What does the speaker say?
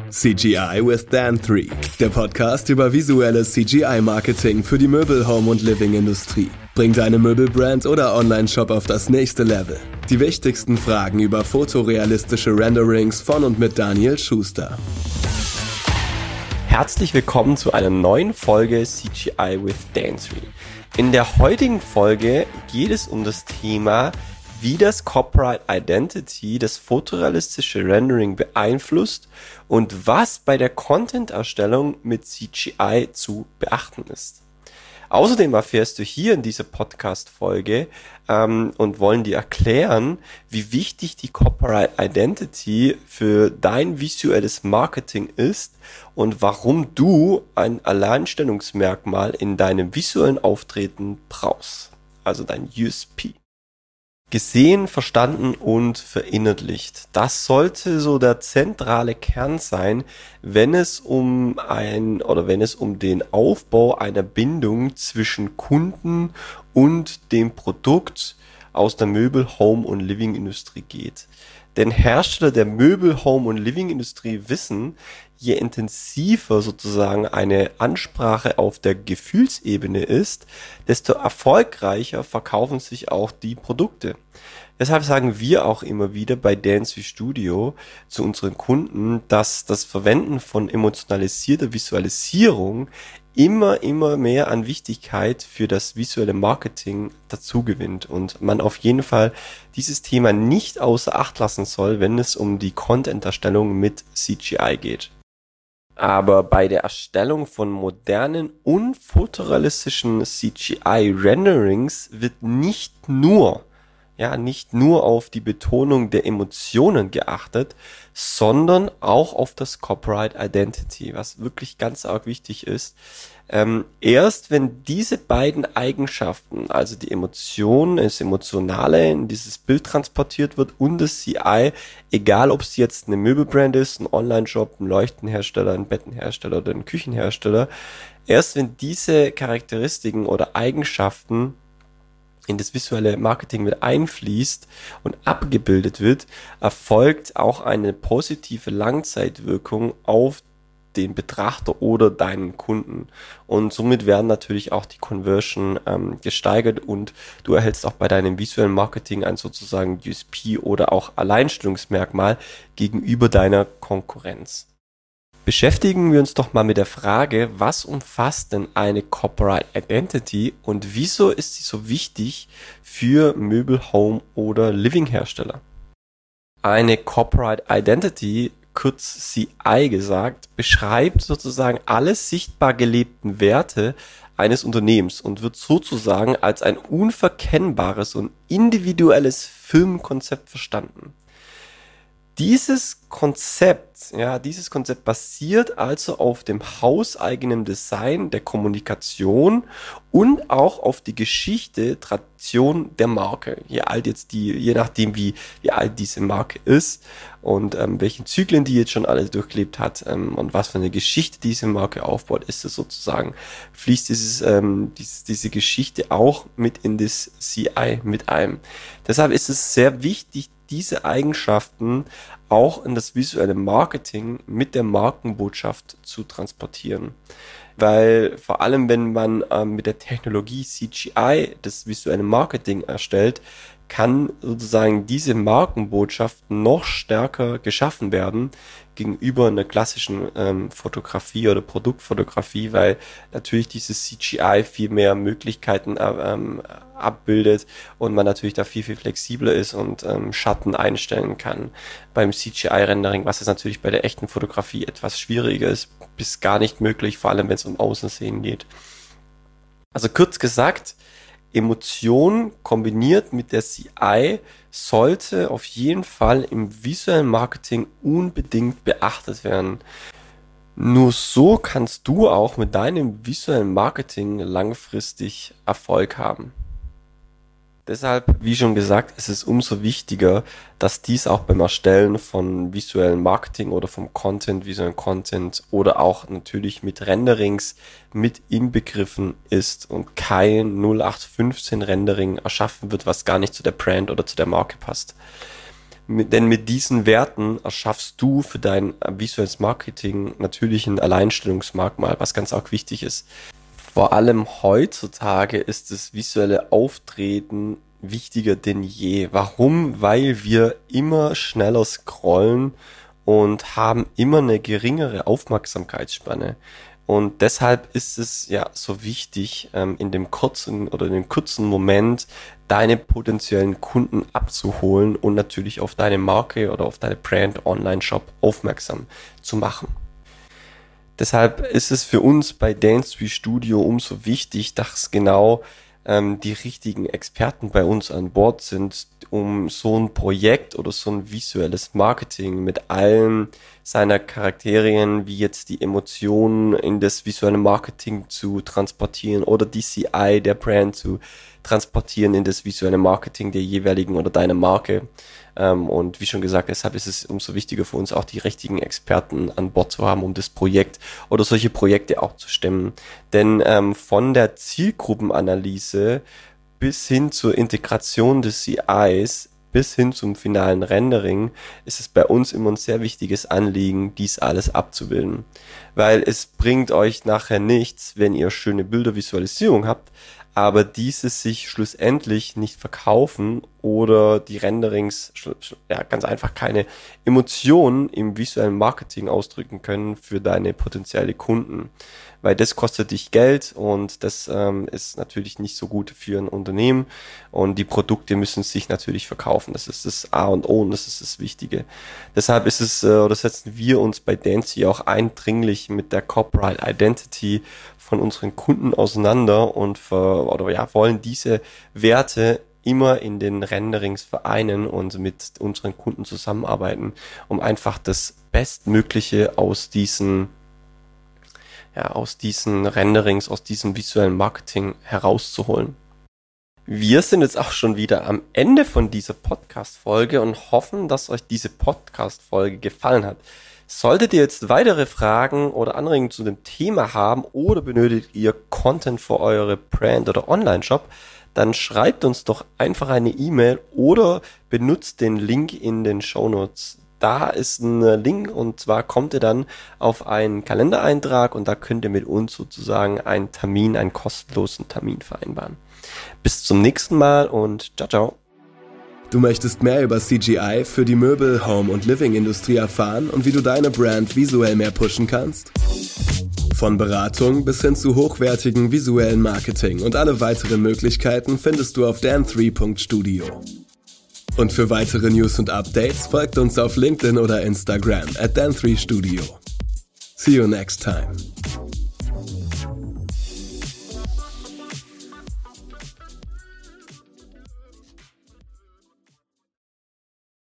CGI with Dan 3, der Podcast über visuelles CGI-Marketing für die Möbel-, Home- und Living-Industrie. Bringt deine Möbelbrand oder Online-Shop auf das nächste Level. Die wichtigsten Fragen über fotorealistische Renderings von und mit Daniel Schuster. Herzlich willkommen zu einer neuen Folge CGI with Dan 3. In der heutigen Folge geht es um das Thema, wie das Corporate Identity das fotorealistische Rendering beeinflusst und was bei der Content-Erstellung mit CGI zu beachten ist. Außerdem erfährst du hier in dieser Podcast-Folge und wollen dir erklären, wie wichtig die Corporate Identity für dein visuelles Marketing ist und warum du ein Alleinstellungsmerkmal in deinem visuellen Auftreten brauchst, also dein USP. Gesehen, verstanden und verinnerlicht. Das sollte so der zentrale Kern sein, wenn es um den Aufbau einer Bindung zwischen Kunden und dem Produkt aus der Möbel-, Home- und Living-Industrie geht. Denn Hersteller der Möbel-, Home- und Living-Industrie wissen, je intensiver sozusagen eine Ansprache auf der Gefühlsebene ist, desto erfolgreicher verkaufen sich auch die Produkte. Deshalb sagen wir auch immer wieder bei Dan 3 Studio zu unseren Kunden, dass das Verwenden von emotionalisierter Visualisierung immer mehr an Wichtigkeit für das visuelle Marketing dazu gewinnt und man auf jeden Fall dieses Thema nicht außer Acht lassen soll, wenn es um die Content-Erstellung mit CGI geht. Aber bei der Erstellung von modernen und fotorealistischen CGI-Renderings wird nicht nur auf die Betonung der Emotionen geachtet, sondern auch auf das Corporate Identity, was wirklich ganz arg wichtig ist. Erst wenn diese beiden Eigenschaften, also die Emotion, das Emotionale in dieses Bild transportiert wird und das CI, egal ob es jetzt eine Möbelbrand ist, ein Online-Shop, ein Leuchtenhersteller, ein Bettenhersteller oder ein Küchenhersteller, erst wenn diese Charakteristiken oder Eigenschaften in das visuelle Marketing mit einfließt und abgebildet wird, erfolgt auch eine positive Langzeitwirkung auf den Betrachter oder deinen Kunden. Und somit werden natürlich auch die Conversion gesteigert und du erhältst auch bei deinem visuellen Marketing ein sozusagen USP oder auch Alleinstellungsmerkmal gegenüber deiner Konkurrenz. Beschäftigen wir uns doch mal mit der Frage, was umfasst denn eine Corporate Identity und wieso ist sie so wichtig für Möbel-, Home- oder Living-Hersteller? Eine Corporate Identity, kurz CI gesagt, beschreibt sozusagen alle sichtbar gelebten Werte eines Unternehmens und wird sozusagen als ein unverkennbares und individuelles Firmenkonzept verstanden. Dieses Konzept basiert also auf dem hauseigenen Design der Kommunikation und auch auf die Geschichte, Tradition der Marke. Je nachdem wie alt diese Marke ist und welchen Zyklen die jetzt schon alle durchlebt hat und was für eine Geschichte diese Marke aufbaut, ist es sozusagen, fließt diese Geschichte auch mit in das CI mit ein. Deshalb ist es sehr wichtig, diese Eigenschaften auch in das visuelle Marketing mit der Markenbotschaft zu transportieren. Weil vor allem, wenn man mit der Technologie CGI das visuelle Marketing erstellt, kann sozusagen diese Markenbotschaft noch stärker geschaffen werden gegenüber einer klassischen Fotografie oder Produktfotografie, weil natürlich dieses CGI viel mehr Möglichkeiten abbildet und man natürlich da viel flexibler ist und Schatten einstellen kann beim CGI-Rendering, was jetzt natürlich bei der echten Fotografie etwas schwieriger ist, bis gar nicht möglich, vor allem wenn es um Außensehen geht. Also kurz gesagt, Emotion kombiniert mit der CI sollte auf jeden Fall im visuellen Marketing unbedingt beachtet werden. Nur so kannst du auch mit deinem visuellen Marketing langfristig Erfolg haben. Deshalb, wie schon gesagt, ist es umso wichtiger, dass dies auch beim Erstellen von visuellem Marketing oder vom visuellen Content oder auch natürlich mit Renderings mit inbegriffen ist und kein 0815 Rendering erschaffen wird, was gar nicht zu der Brand oder zu der Marke passt. Denn mit diesen Werten erschaffst du für dein visuelles Marketing natürlich ein Alleinstellungsmerkmal, was ganz auch wichtig ist. Vor allem heutzutage ist das visuelle Auftreten wichtiger denn je. Warum? Weil wir immer schneller scrollen und haben immer eine geringere Aufmerksamkeitsspanne. Und deshalb ist es ja so wichtig, in dem kurzen Moment deine potenziellen Kunden abzuholen und natürlich auf deine Marke oder auf deine Brand Online-Shop aufmerksam zu machen. Deshalb ist es für uns bei Dance3 Studio umso wichtig, dass genau die richtigen Experten bei uns an Bord sind, um so ein Projekt oder so ein visuelles Marketing mit allen seiner Charakterien, wie jetzt die Emotionen in das visuelle Marketing zu transportieren oder die CI der Brand zu transportieren in das visuelle Marketing der jeweiligen oder deiner Marke. Und wie schon gesagt, deshalb ist es umso wichtiger für uns auch die richtigen Experten an Bord zu haben, um das Projekt oder solche Projekte auch zu stemmen. Denn von der Zielgruppenanalyse bis hin zur Integration des CIs, bis hin zum finalen Rendering, ist es bei uns immer ein sehr wichtiges Anliegen, dies alles abzubilden. Weil es bringt euch nachher nichts, wenn ihr schöne Bildervisualisierung habt, aber diese sich schlussendlich nicht verkaufen oder die Renderings ganz einfach keine Emotionen im visuellen Marketing ausdrücken können für deine potenzielle Kunden. Weil das kostet dich Geld und das ist natürlich nicht so gut für ein Unternehmen und die Produkte müssen sich natürlich verkaufen. Das ist das A und O und das ist das Wichtige. Deshalb ist es, oder setzen wir uns bei Dance3 auch eindringlich mit der Corporate Identity von unseren Kunden auseinander und wollen diese Werte immer in den Renderings vereinen und mit unseren Kunden zusammenarbeiten, um einfach das Bestmögliche aus diesen Renderings, aus diesem visuellen Marketing herauszuholen. Wir sind jetzt auch schon wieder am Ende von dieser Podcast-Folge und hoffen, dass euch diese Podcast-Folge gefallen hat. Solltet ihr jetzt weitere Fragen oder Anregungen zu dem Thema haben oder benötigt ihr Content für eure Brand oder Online-Shop, dann schreibt uns doch einfach eine E-Mail oder benutzt den Link in den Shownotes. Da ist ein Link und zwar kommt ihr dann auf einen Kalendereintrag und da könnt ihr mit uns sozusagen einen kostenlosen Termin vereinbaren. Bis zum nächsten Mal und ciao, ciao. Du möchtest mehr über CGI für die Möbel-, Home- und Living-Industrie erfahren und wie du deine Brand visuell mehr pushen kannst? Von Beratung bis hin zu hochwertigem visuellen Marketing und alle weiteren Möglichkeiten findest du auf dan3.studio. Und für weitere News und Updates folgt uns auf LinkedIn oder Instagram @dan3studio. See you next time.